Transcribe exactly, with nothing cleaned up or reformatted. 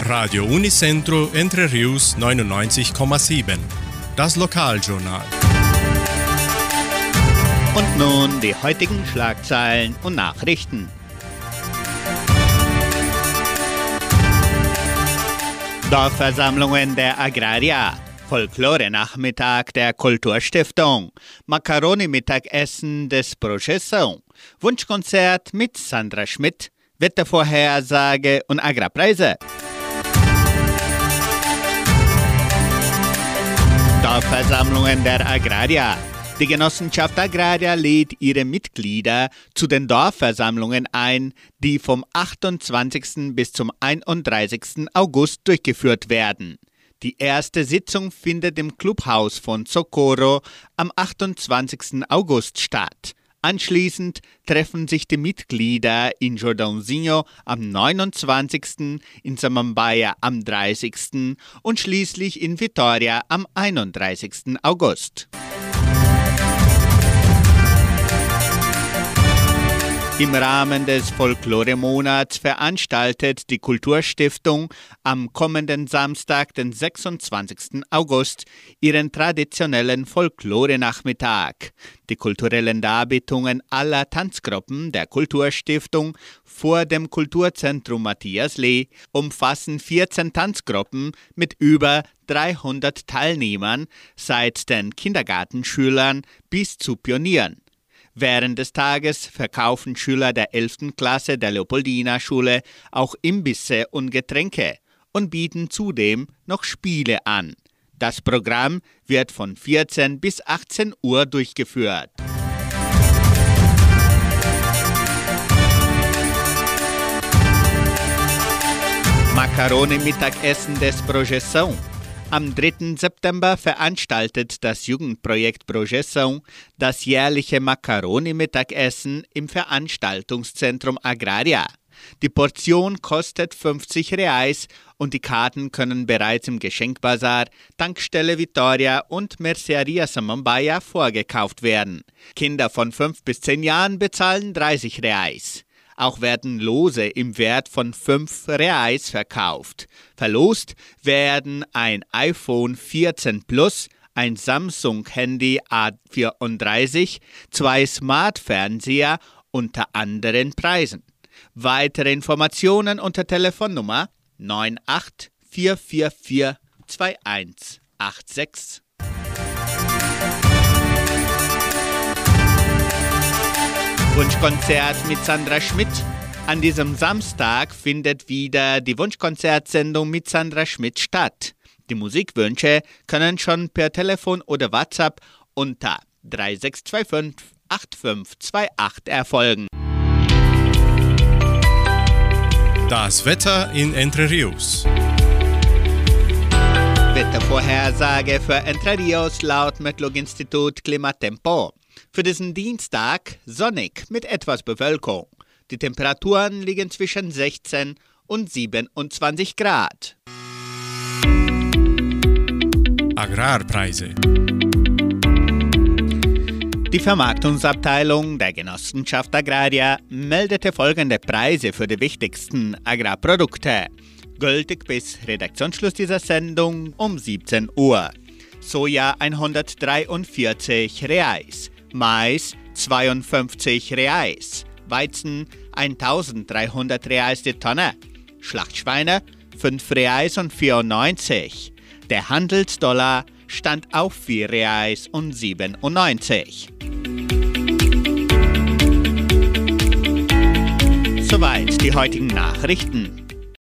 Radio Unicentro Entre Rius neunundneunzig Komma sieben. Das Lokaljournal. Und nun die heutigen Schlagzeilen und Nachrichten. Dorfversammlungen der Agrarier, Folklore-Nachmittag der Kulturstiftung, Macaroni-Mittagessen des Projeção, Wunschkonzert mit Sandra Schmidt, Wettervorhersage und Agrarpreise. Dorfversammlungen der Agrarier. Die Genossenschaft Agraria lädt ihre Mitglieder zu den Dorfversammlungen ein, die vom achtundzwanzigsten bis zum einunddreißigsten August durchgeführt werden. Die erste Sitzung findet im Clubhaus von Socorro am achtundzwanzigsten August statt. Anschließend treffen sich die Mitglieder in Jordãozinho am neunundzwanzigsten, in Samambaia am dreißigsten und schließlich in Vitória am einunddreißigsten August. Im Rahmen des Folklore-Monats veranstaltet die Kulturstiftung am kommenden Samstag, den sechsundzwanzigsten August, ihren traditionellen Folklore-Nachmittag. Die kulturellen Darbietungen aller Tanzgruppen der Kulturstiftung vor dem Kulturzentrum Matthias Lee umfassen vierzehn Tanzgruppen mit über dreihundert Teilnehmern, seit den Kindergartenschülern bis zu Pionieren. Während des Tages verkaufen Schüler der elften Klasse der Leopoldina-Schule auch Imbisse und Getränke und bieten zudem noch Spiele an. Das Programm wird von vierzehn bis achtzehn Uhr durchgeführt. Macaroni-Mittagessen des Projeção. Am dritten September veranstaltet das Jugendprojekt Projeção das jährliche Macaroni-Mittagessen im Veranstaltungszentrum Agraria. Die Portion kostet fünfzig Reais und die Karten können bereits im Geschenkbazar, Tankstelle Vitória und Mercearia Samambaia vorgekauft werden. Kinder von fünf bis zehn Jahren bezahlen dreißig Reais. Auch werden Lose im Wert von fünf Reais verkauft. Verlost werden ein iPhone vierzehn Plus, ein Samsung-Handy A vierunddreißig, zwei Smart-Fernseher unter anderen Preisen. Weitere Informationen unter Telefonnummer neun acht vier vier vier zwei eins acht sechs. Wunschkonzert mit Sandra Schmidt. An diesem Samstag findet wieder die Wunschkonzertsendung mit Sandra Schmidt statt. Die Musikwünsche können schon per Telefon oder WhatsApp unter drei sechs zwei fünf acht fünf zwei acht erfolgen. Das Wetter in Entre Rios. Wettervorhersage für Entre Rios laut Metlog-Institut Klimatempo. Für diesen Dienstag sonnig mit etwas Bewölkung. Die Temperaturen liegen zwischen sechzehn und siebenundzwanzig Grad. Agrarpreise. Die Vermarktungsabteilung der Genossenschaft Agraria meldete folgende Preise für die wichtigsten Agrarprodukte. Gültig bis Redaktionsschluss dieser Sendung um siebzehn Uhr. Soja hundertdreiundvierzig Reais. Mais zweiundfünfzig Reais, Weizen eintausenddreihundert Reais die Tonne, Schlachtschweine fünf Reais und vierundneunzig. Der Handelsdollar stand auf vier Reais und siebenundneunzig. Soweit die heutigen Nachrichten.